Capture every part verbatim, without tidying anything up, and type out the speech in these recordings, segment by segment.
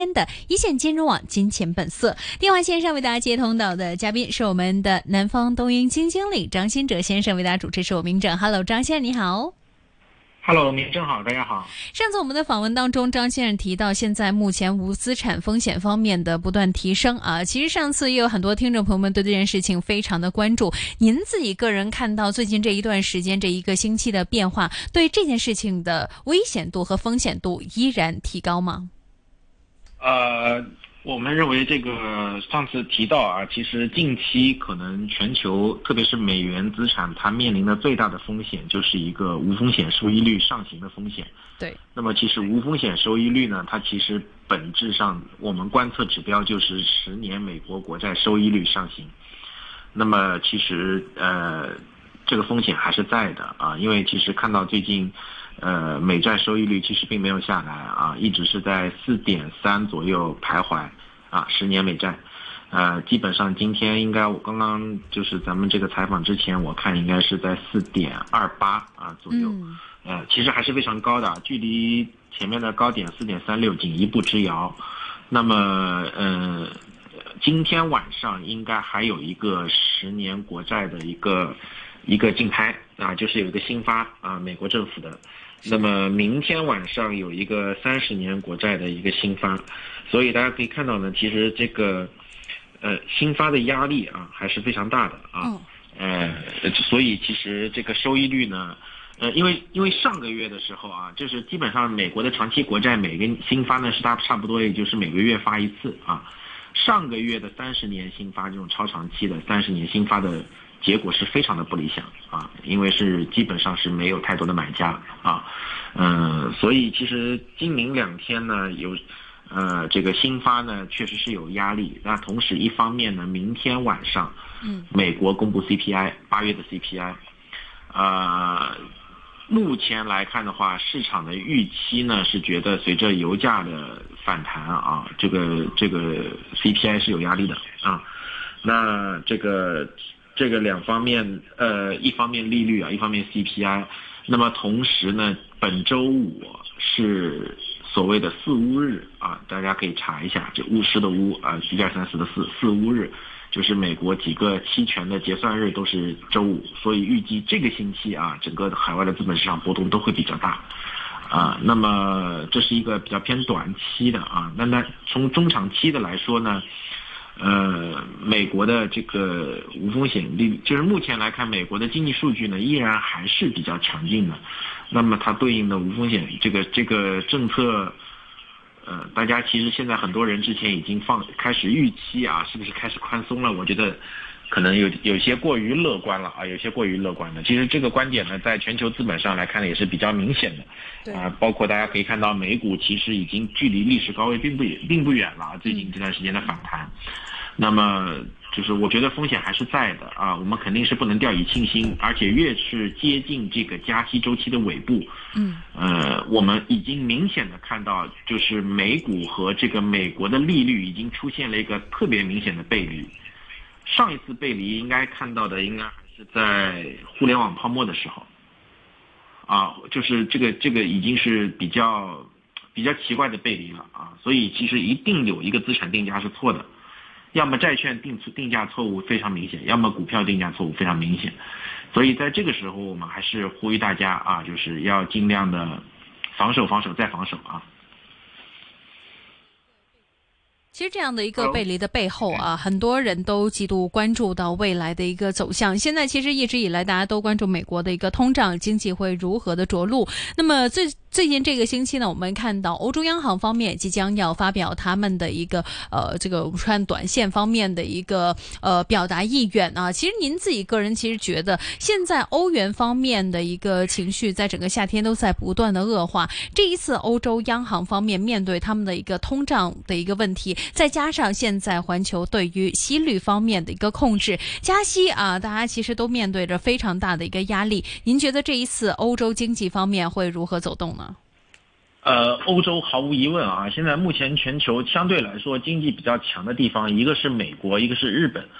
的一线金融网金钱本色电话线上为大家接通到的嘉宾是我们的南方东英基金经理张新哲先生，为大家主持是我明正。 Hello 张先生你好。 Hello， 明正好，大家好。 上次我们的访问当中，张先生提到现在目前无资产风险方面的不断提升啊，其实上次也有很多听众朋友们对这件事情非常的关注。您自己个人看到最近这一段时间这一个星期的变化，对这件事情的危险度和风险度依然提高吗？ 呃，我们认为这个上次提到啊，其实近期可能全球特别是美元资产它面临的最大的风险就是一个无风险收益率上行的风险。 对。 那么其实无风险收益率呢，它其实本质上我们观测指标就是十年美国国债收益率上行。那么其实呃这个风险还是在的啊，因为其实看到最近呃，美债收益率其实并没有下来啊，一直是在 四点三 左右徘徊啊，十年美债，呃，基本上今天应该我刚刚就是咱们这个采访之前，我看应该是在 四点二八 啊左右，嗯、呃，其实还是非常高的，距离前面的高点 四点三六 仅一步之遥。那么，呃，今天晚上应该还有一个十年国债的一个一个竞拍啊，就是有一个新发啊，美国政府的。那么明天晚上有一个三十年国债的一个新发，所以大家可以看到呢，其实这个呃新发的压力啊还是非常大的啊，呃，所以其实这个收益率呢，呃，因为因为上个月的时候啊，就是基本上美国的长期国债每个新发呢是大差不多也就是每个月发一次啊，上个月的三十年新发这种超长期的三十年新发的结果是非常的不理想啊，因为是基本上是没有太多的买家啊，嗯、呃，所以其实今明两天呢有，呃，这个新发呢确实是有压力。那同时一方面呢，明天晚上，嗯，美国公布 C P I， 八月的 C P I， 呃，目前来看的话，市场的预期呢是觉得随着油价的反弹啊，这个这个 C P I 是有压力的啊，那这个。这个两方面，呃，一方面利率啊，一方面 C P I， 那么同时呢，本周五是所谓的四乌日啊，大家可以查一下，这巫师的巫啊，一二三四的四四乌日，就是美国几个期权的结算日都是周五，所以预计这个星期啊，整个海外的资本市场波动都会比较大。啊，那么这是一个比较偏短期的啊，那那从中长期的来说呢？呃，美国的这个无风险利率，就是目前来看，美国的经济数据呢依然还是比较强劲的。那么它对应的无风险这个这个政策，呃，大家其实现在很多人之前已经放开始预期啊，是不是开始宽松了？我觉得可能有有些过于乐观了啊，有些过于乐观了。其实这个观点呢，在全球资本上来看呢，也是比较明显的。对啊，包括大家可以看到，美股其实已经距离历史高位并不并不远了，最近这段时间的反弹。那么就是我觉得风险还是在的啊，我们肯定是不能掉以轻心，而且越是接近这个加息周期的尾部，嗯，呃，我们已经明显的看到，就是美股和这个美国的利率已经出现了一个特别明显的背离。上一次背离应该看到的应该还是在互联网泡沫的时候，啊，就是这个这个已经是比较比较奇怪的背离了啊，所以其实一定有一个资产定价是错的。要么债券定定价错误非常明显，要么股票定价错误非常明显，所以在这个时候，我们还是呼吁大家啊，就是要尽量的防守、防守再防守啊。 其实这样的一个背离的背后啊，很多人都极度关注到未来的一个走向。现在其实一直以来大家都关注美国的一个通胀经济会如何的着陆。那么最最近这个星期呢，我们看到欧洲央行方面即将要发表他们的一个呃这个看短线方面的一个呃表达意愿啊。其实您自己个人其实觉得现在欧元方面的一个情绪在整个夏天都在不断的恶化。这一次欧洲央行方面面对他们的一个通胀的一个问题，再加上现在环球对于息率方面的一个控制，加息啊，大家其实都面对着非常大的一个压力。您觉得这一次欧洲经济方面会如何走动呢？ 呃，欧洲毫无疑问啊，现在目前全球相对来说经济比较强的地方，一个是美国，一个是日本。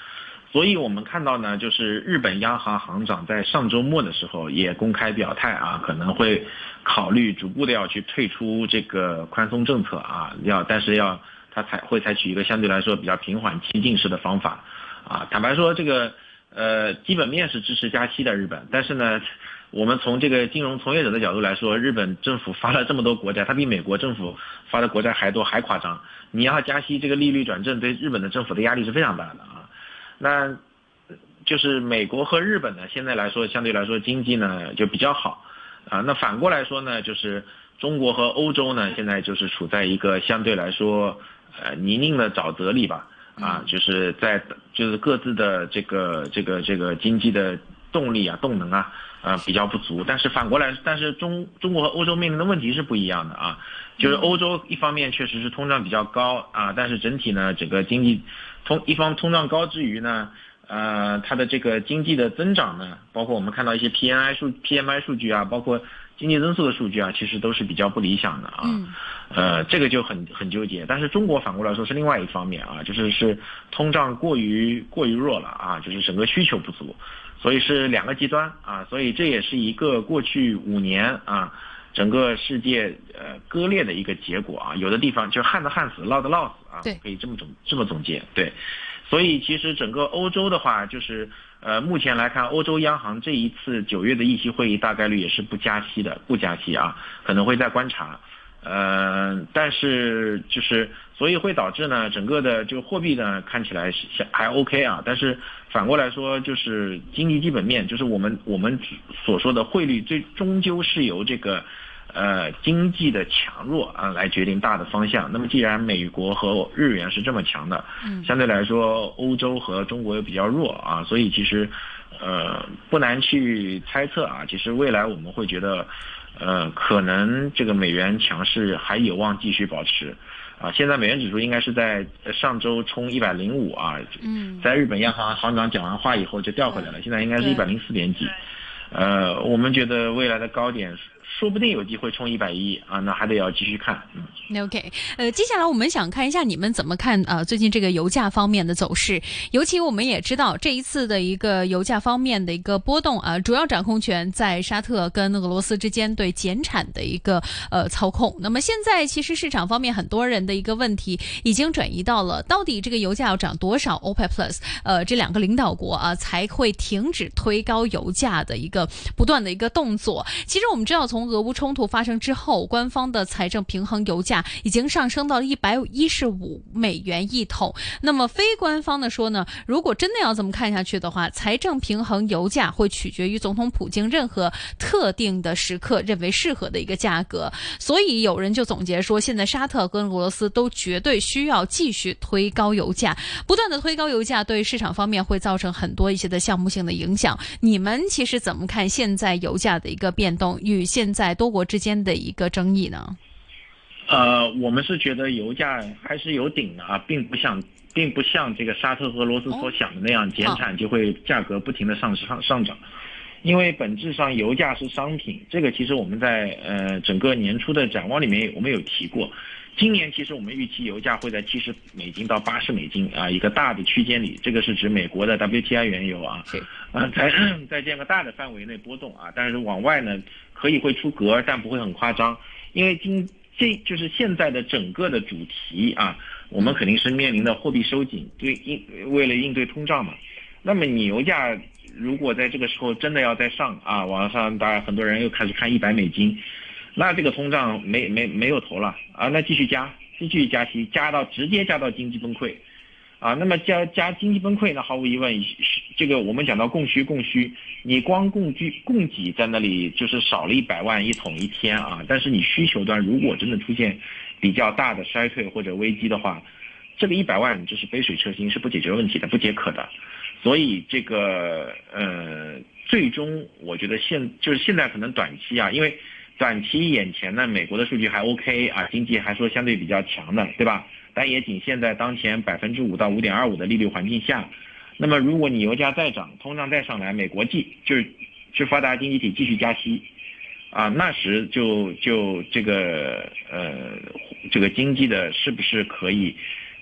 所以我们看到呢，就是日本央行行长在上周末的时候也公开表态啊，可能会考虑逐步的要去退出这个宽松政策啊，要但是要他采会采取一个相对来说比较平缓激进式的方法啊。坦白说，这个呃基本面是支持加息的日本，但是呢，我们从这个金融从业者的角度来说，日本政府发了这么多国债，它比美国政府发的国债还多还夸张，你要加息，这个利率转正对日本的政府的压力是非常大的啊。那就是美国和日本呢，现在来说相对来说经济呢就比较好啊。那反过来说呢，就是中国和欧洲呢，现在就是处在一个相对来说呃泥泞的沼泽里吧啊，就是在就是各自的这个这个这个经济的动力啊动能啊呃比较不足。但是反过来，但是中中国和欧洲面临的问题是不一样的啊，就是欧洲一方面确实是通胀比较高啊，但是整体呢整个经济通一方通胀高之余呢，呃，它的这个经济的增长呢，包括我们看到一些 P M I 数 P M I 数据啊，包括经济增速的数据啊，其实都是比较不理想的啊。嗯、呃，这个就很很纠结。但是中国反过来说是另外一方面啊，就是是通胀过于过于弱了啊，就是整个需求不足，所以是两个极端啊。所以这也是一个过去五年啊。整个世界呃割裂的一个结果啊，有的地方就旱的旱死，涝的涝死啊，可以这么总这么总结。对，所以其实整个欧洲的话，就是呃目前来看，欧洲央行这一次九月的议息会议大概率也是不加息的，不加息啊，可能会再观察。呃，但是就是所以会导致呢，整个的这个货币呢看起来是还 OK 啊，但是反过来说，就是经济基本面，就是我们我们所说的汇率，最终究是由这个呃经济的强弱啊来决定大的方向。那么既然美国和日元是这么强的，相对来说欧洲和中国又比较弱啊，所以其实呃不难去猜测啊，其实未来我们会觉得。呃，可能这个美元强势还有望继续保持，啊，现在美元指数应该是在上周冲一百零五啊，嗯，在日本央行行长讲完话以后就掉回来了，现在应该是一百零四点几，呃，我们觉得未来的高点说不定有机会冲一百一啊，那还得要继续看。 嗯 OK， 呃，接下来我们想看一下你们怎么看啊、呃？最近这个油价方面的走势，尤其我们也知道这一次的一个油价方面的一个波动啊，主要掌控权在沙特跟俄罗斯之间对减产的一个呃操控。那么现在其实市场方面很多人的一个问题已经转移到了，到底这个油价要涨多少 ？OPEC Plus 呃这两个领导国啊才会停止推高油价的一个不断的一个动作。其实我们知道从俄乌冲突发生之后，官方的财政平衡油价已经上升到一百一十五美元一桶。那么非官方的说呢，如果真的要这么看下去的话，财政平衡油价会取决于总统普京任何特定的时刻认为适合的一个价格。所以有人就总结说，现在沙特跟俄罗斯都绝对需要继续推高油价，不断的推高油价对市场方面会造成很多一些的项目性的影响。你们其实怎么看现在油价的一个变动与现在多国之间的一个争议呢？ 呃，我们是觉得油价还是有顶的啊，并不像并不像这个沙特和俄罗斯所想的那样，减产就会价格不停的上上上涨。因为本质上油价是商品，这个其实我们在呃整个年初的展望里面我们有提过。今年其实我们预期油价会在七十美金到八十美金啊一个大的区间里，这个是指美国的 W T I 原油啊，啊在在这样个大的范围内波动啊，但是往外呢可以会出格，但不会很夸张，因为今这就是现在的整个的主题啊，我们肯定是面临的货币收紧，对应为了应对通胀嘛。那么你油价如果在这个时候真的要再上啊，网上当然很多人又开始看一百美金，那这个通胀没没没有头了啊，那继续加，继续加息，加到直接加到经济崩溃啊。那么加加经济崩溃呢，毫无疑问，这个我们讲到供需供需，你光供给供给在那里就是少了一百万一桶一天啊，但是你需求端如果真的出现比较大的衰退或者危机的话，这个一百万就是杯水车薪，是不解决问题的，不解渴的。所以这个呃，最终我觉得现就是现在可能短期啊，因为短期眼前呢，美国的数据还 OK 啊，经济还说相对比较强的，对吧？但也仅限在当前百分之五到五点二五的利率环境下。那么如果你油价再涨，通胀再上来，美国继就是是发达经济体继续加息啊，那时就就这个呃这个经济的是不是可以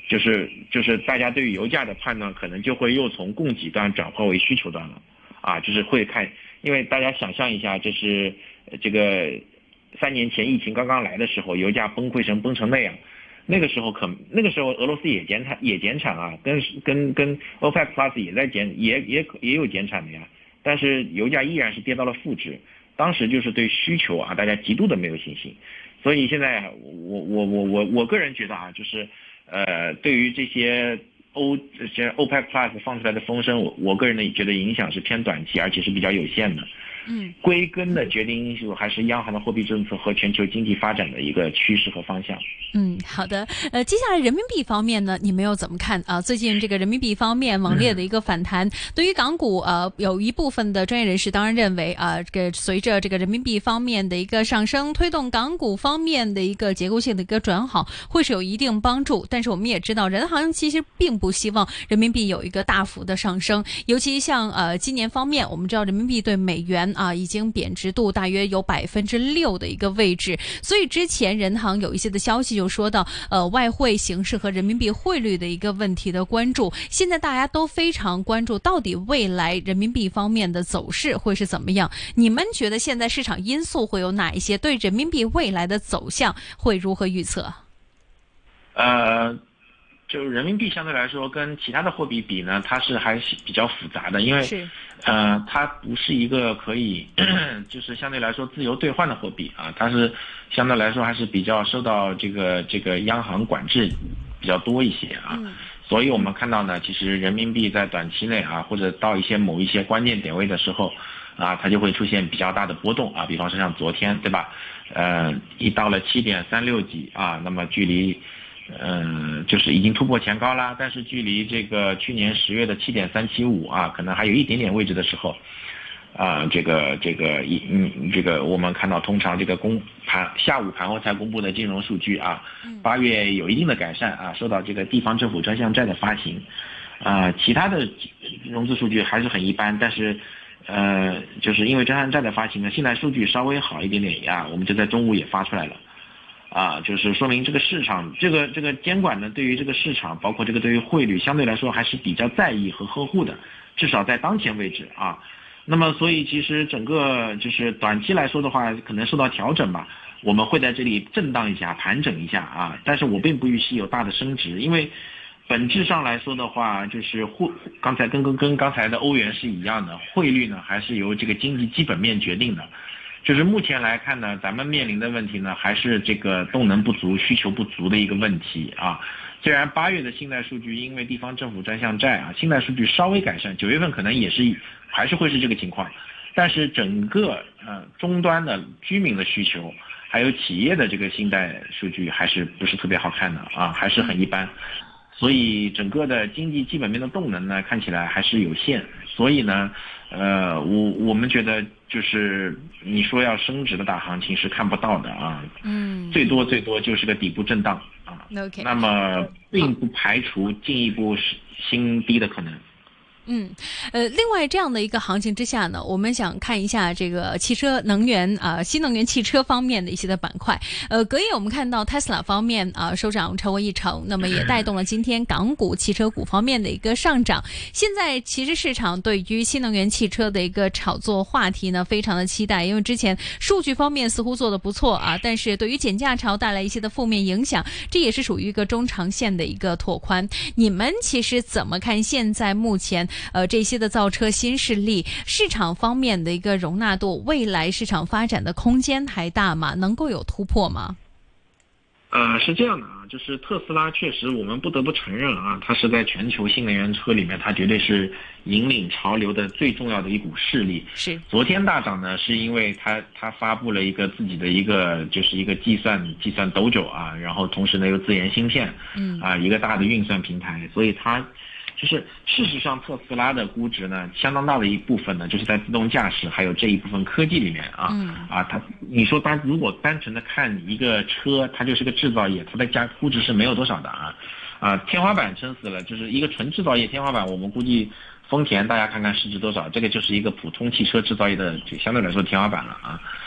就是就是大家对于油价的判断可能就会又从供给端转化为需求端了，啊，就是会看，因为大家想象一下，就是这个三年前疫情刚刚来的时候，油价崩溃成崩成那样，那个时候可那个时候俄罗斯也减产也减产啊，跟跟跟 OPEC Plus 也在减也也也有减产的呀，但是油价依然是跌到了负值，当时就是对需求啊大家极度的没有信心，所以现在我我我我我个人觉得啊，就是呃对于这些欧这些 OPEC Plus 放出来的风声，我我个人呢觉得影响是偏短期，而且是比较有限的。 嗯， 归根的决定因素还是央行的货币政策和全球经济发展的一个趋势和方向。 嗯，好的。呃，接下来人民币方面呢，你们又怎么看啊？最近这个人民币方面猛烈的一个反弹，嗯、对于港股呃，有一部分的专业人士当然认为啊，这个随着这个人民币方面的一个上升，推动港股方面的一个结构性的一个转好，会是有一定帮助。但是我们也知道，人行其实并不希望人民币有一个大幅的上升，尤其像呃今年方面，我们知道人民币对美元啊已经贬值度大约有百分之六的一个位置，所以之前人行有一些的消息就说到呃外汇形势和人民币汇率的一个问题的关注，现在大家都非常关注到底未来人民币方面的走势会是怎么样。你们觉得现在市场因素会有哪一些？对人民币未来的走向会如何预测？ 呃，就人民币相对来说跟其他的货币比呢，它是还是比较复杂的，因为呃它不是一个可以就是相对来说自由兑换的货币啊，它是相对来说还是比较受到这个这个央行管制比较多一些啊。嗯，所以我们看到呢，其实人民币在短期内啊，或者到一些某一些关键点位的时候啊，它就会出现比较大的波动啊，比方说像昨天对吧，呃一到了七点三六几啊，那么距离嗯，就是已经突破前高啦，但是距离这个去年十月的七点三七五啊，可能还有一点点位置的时候，啊、呃，这个这个一嗯，这个我们看到通常这个公盘下午盘后才公布的金融数据啊，八月有一定的改善啊，受到这个地方政府专项债的发行，啊、呃，其他的融资数据还是很一般，但是呃，就是因为专项债的发行呢，信贷数据稍微好一点点呀，我们就在中午也发出来了。啊，就是说明这个市场，这个这个监管呢，对于这个市场，包括这个对于汇率，相对来说还是比较在意和呵护的，至少在当前位置啊。那么，所以其实整个就是短期来说的话，可能受到调整吧，我们会在这里震荡一下，盘整一下啊。但是我并不预期有大的升值，因为本质上来说的话，就是汇，刚才跟跟跟刚才的欧元是一样的，汇率呢还是由这个经济基本面决定的。就是目前来看呢，咱们面临的问题呢，还是这个动能不足、需求不足的一个问题啊。虽然八月的信贷数据因为地方政府专项债啊，信贷数据稍微改善，九月份可能也是还是会是这个情况，但是整个呃终端的居民的需求，还有企业的这个信贷数据还是不是特别好看的啊，还是很一般。所以整个的经济基本面的动能呢，看起来还是有限。所以呢，呃，我我们觉得就是你说要升值的大行情是看不到的啊，嗯，最多最多就是个底部震荡啊。 Okay. 那么并不排除进一步新低的可能。 嗯，呃，另外这样的一个行情之下呢，我们想看一下这个汽车能源啊、呃，新能源汽车方面的一些的板块。呃，隔夜我们看到 Tesla 方面啊、呃、收涨超过一成，那么也带动了今天港股汽车股方面的一个上涨。现在其实市场对于新能源汽车的一个炒作话题呢，非常的期待，因为之前数据方面似乎做得不错啊，但是对于减价潮带来一些的负面影响，这也是属于一个中长线的一个拓宽。你们其实怎么看现在目前？呃，这些的造车新势力市场方面的一个容纳度，未来市场发展的空间还大吗？能够有突破吗？ 呃，是这样的啊，就是特斯拉确实我们不得不承认啊，它是在全球新能源车里面，它绝对是引领潮流的最重要的一股势力。 是。昨天大涨呢，是因为它它发布了一个自己的一个就是一个计算计算 Dojo 啊，然后同时呢又自研芯片，嗯啊一个大的运算平台，所以它。就是事实上，特斯拉的估值呢，相当大的一部分呢，就是在自动驾驶还有这一部分科技里面啊，嗯、啊，它你说单如果单纯的看一个车，它就是个制造业，它的价估值是没有多少的啊，啊，天花板撑死了，就是一个纯制造业天花板，我们估计丰田大家看看市值多少，这个就是一个普通汽车制造业的相对来说天花板了啊。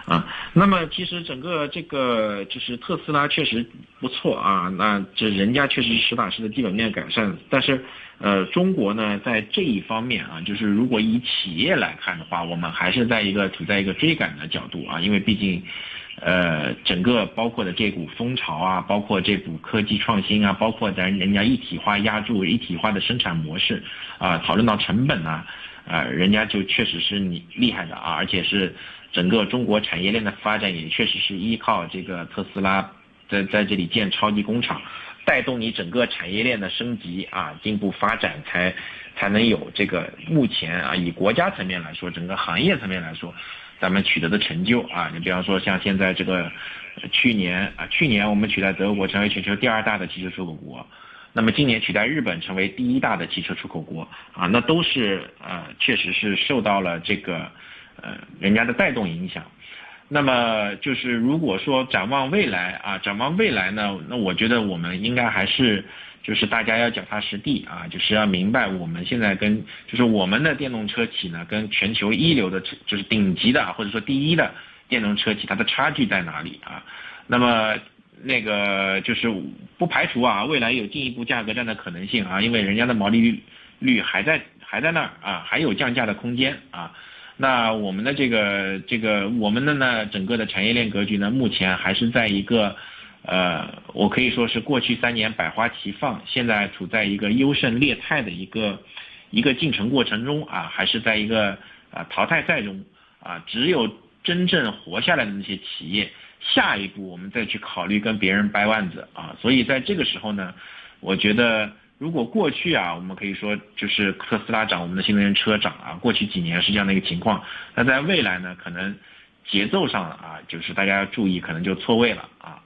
啊，那么其实整个这个就是特斯拉确实不错啊，那这人家确实是实打实的基本面改善，但是呃，中国呢在这一方面啊，就是如果以企业来看的话，我们还是在一个处在一个追赶的角度啊，因为毕竟呃整个包括的这股风潮啊，包括这股科技创新啊，包括咱人家一体化压铸一体化的生产模式啊，讨论到成本啊。啊、呃，人家就确实是你厉害的啊，而且是整个中国产业链的发展也确实是依靠这个特斯拉在在这里建超级工厂，带动你整个产业链的升级啊，进步发展才才能有这个目前啊以国家层面来说，整个行业层面来说，咱们取得的成就啊，你比方说像现在这个去年啊，去年我们取代德国成为全球第二大的汽车出口国。那么今年取代日本成为第一大的汽车出口国啊，那都是呃确实是受到了这个呃人家的带动影响。那么就是如果说展望未来啊，展望未来呢，那我觉得我们应该还是就是大家要脚踏实地啊，就是要明白我们现在跟就是我们的电动车企呢，跟全球一流的就是顶级的或者说第一的电动车企它的差距在哪里啊？那么。那个就是不排除啊，未来有进一步价格战的可能性啊，因为人家的毛利率率还在还在那儿啊，还有降价的空间啊。那我们的这个这个我们的呢，整个的产业链格局呢，目前还是在一个呃，我可以说是过去三年百花齐放，现在处在一个优胜劣汰的一个一个进程过程中啊，还是在一个啊淘汰赛中啊，只有真正活下来的那些企业。下一步我们再去考虑跟别人掰腕子啊，所以在这个时候呢，我觉得如果过去啊，我们可以说就是特斯拉涨，我们的新能源车涨啊，过去几年是这样的一个情况，那在未来呢，可能节奏上啊，就是大家要注意，可能就错位了啊。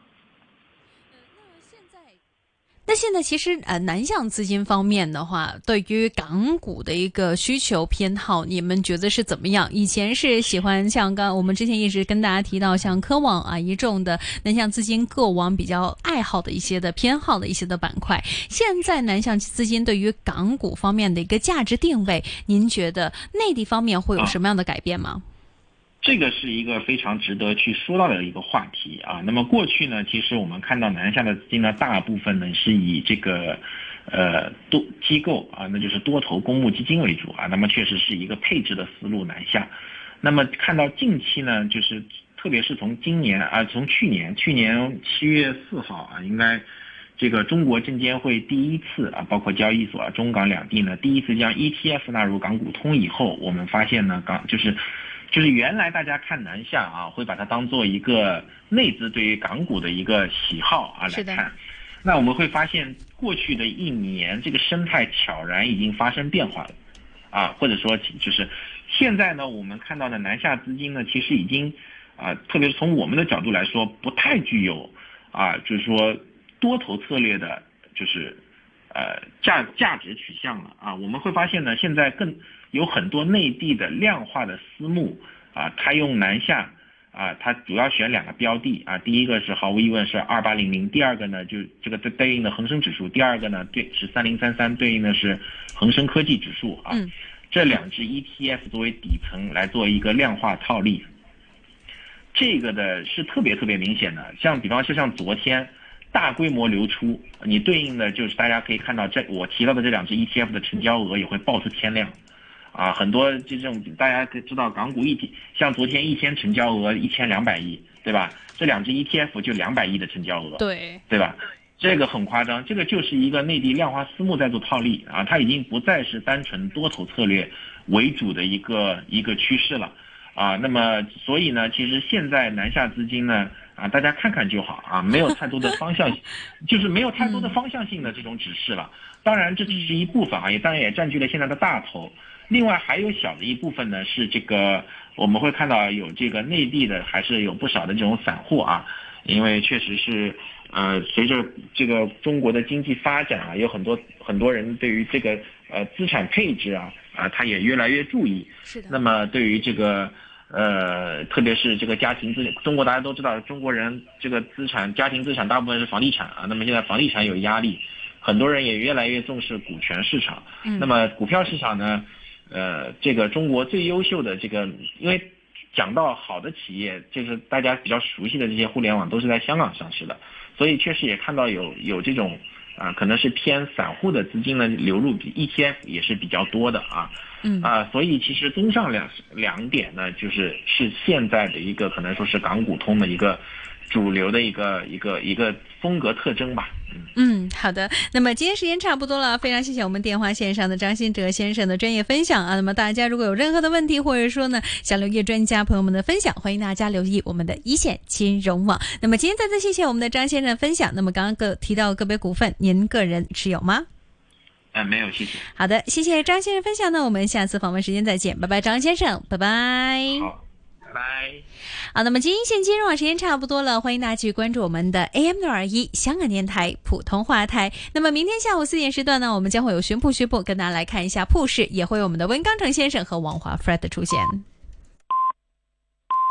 那现在其实呃南向资金方面的话，对于港股的一个需求偏好，你们觉得是怎么样？以前是喜欢像刚我们之前一直跟大家提到像科网啊一众的南向资金各往比较爱好的一些的偏好的一些的板块，现在南向资金对于港股方面的一个价值定位，您觉得内地方面会有什么样的改变吗？啊这个是一个非常值得去说到的一个话题啊。那么过去呢，其实我们看到南下的资金呢，大部分呢是以这个呃多机构啊，那就是多头公募基金为主啊。那么确实是一个配置的思路南下。那么看到近期呢，就是特别是从今年啊，从去年去年七月四号啊，应该这个中国证监会第一次啊，包括交易所啊，中港两地呢第一次将 E T F 纳入港股通以后，我们发现呢，港就是。就是原来大家看南下啊，会把它当做一个内资对于港股的一个喜好啊来看。那我们会发现，过去的一年这个生态悄然已经发生变化了，啊，或者说就是现在呢，我们看到的南下资金呢，其实已经啊，特别是从我们的角度来说，不太具有啊，就是说多头策略的，就是呃价价值取向了啊。我们会发现呢，现在更有很多内地的量化的私募啊，它用南下啊，它主要选两个标的啊，第一个是毫无疑问是二八零零，第二个呢就这个对应的恒生指数，第二个呢对是三零三三，对应的是恒生科技指数啊。嗯、这两只 E T F 作为底层来做一个量化套利，这个的是特别特别明显的。像比方说像昨天大规模流出，你对应的就是大家可以看到这我提到的这两只 E T F 的成交额也会爆出天量。啊，很多这种大家知道港股一天，像昨天一天成交额一千两百亿，对吧？这两只 E T F 就两百亿的成交额， 对对吧？这个很夸张，这个就是一个内地量化私募在做套利啊，它已经不再是单纯多头策略为主的一个一个趋势了啊。那么所以呢，其实现在南下资金呢啊，大家看看就好啊，没有太多的方向，就是没有太多的方向性的这种指示了。当然这只是一部分啊，也当然也占据了现在的大头。另外还有小的一部分呢，是这个我们会看到有这个内地的，还是有不少的这种散户啊，因为确实是呃随着这个中国的经济发展啊，有很多很多人对于这个呃资产配置啊啊，他也越来越注意。 是的。 那么对于这个呃，特别是这个家庭资产，中国大家都知道，中国人这个资产家庭资产大部分是房地产啊，那么现在房地产有压力，很多人也越来越重视股权市场。嗯。那么股票市场呢？呃，这个中国最优秀的这个，因为讲到好的企业，就是大家比较熟悉的这些互联网都是在香港上市的，所以确实也看到有有这种啊，可能是偏散户的资金的流入比 E T F 也是比较多的啊。 嗯啊，所以其实综上两两点呢，就是是现在的一个可能说是港股通的一个主流的一个一个一个风格特征吧。 嗯嗯，好的。那么今天时间差不多了，非常谢谢我们电话线上的张新哲先生的专业分享啊。那么大家如果有任何的问题，或者说呢想留意专家朋友们的分享，欢迎大家留意我们的一线金融网。那么今天再次谢谢我们的张先生分享。那么刚刚个提到个别股份，您个人持有吗？ 哎，没有，谢谢。 好的，谢谢张先生分享呢，我们下次访问时间再见，拜拜，张先生，拜拜。 好，拜拜。 好，那么今天线金融网时间差不多了，欢迎大家继续关注我们的 A M 六二一香港电台普通话台。那么明天下午四点时段呢，我们将会有巡铺巡铺跟大家来看一下铺市，也会有我们的温刚成先生和王华 Fred 的出现。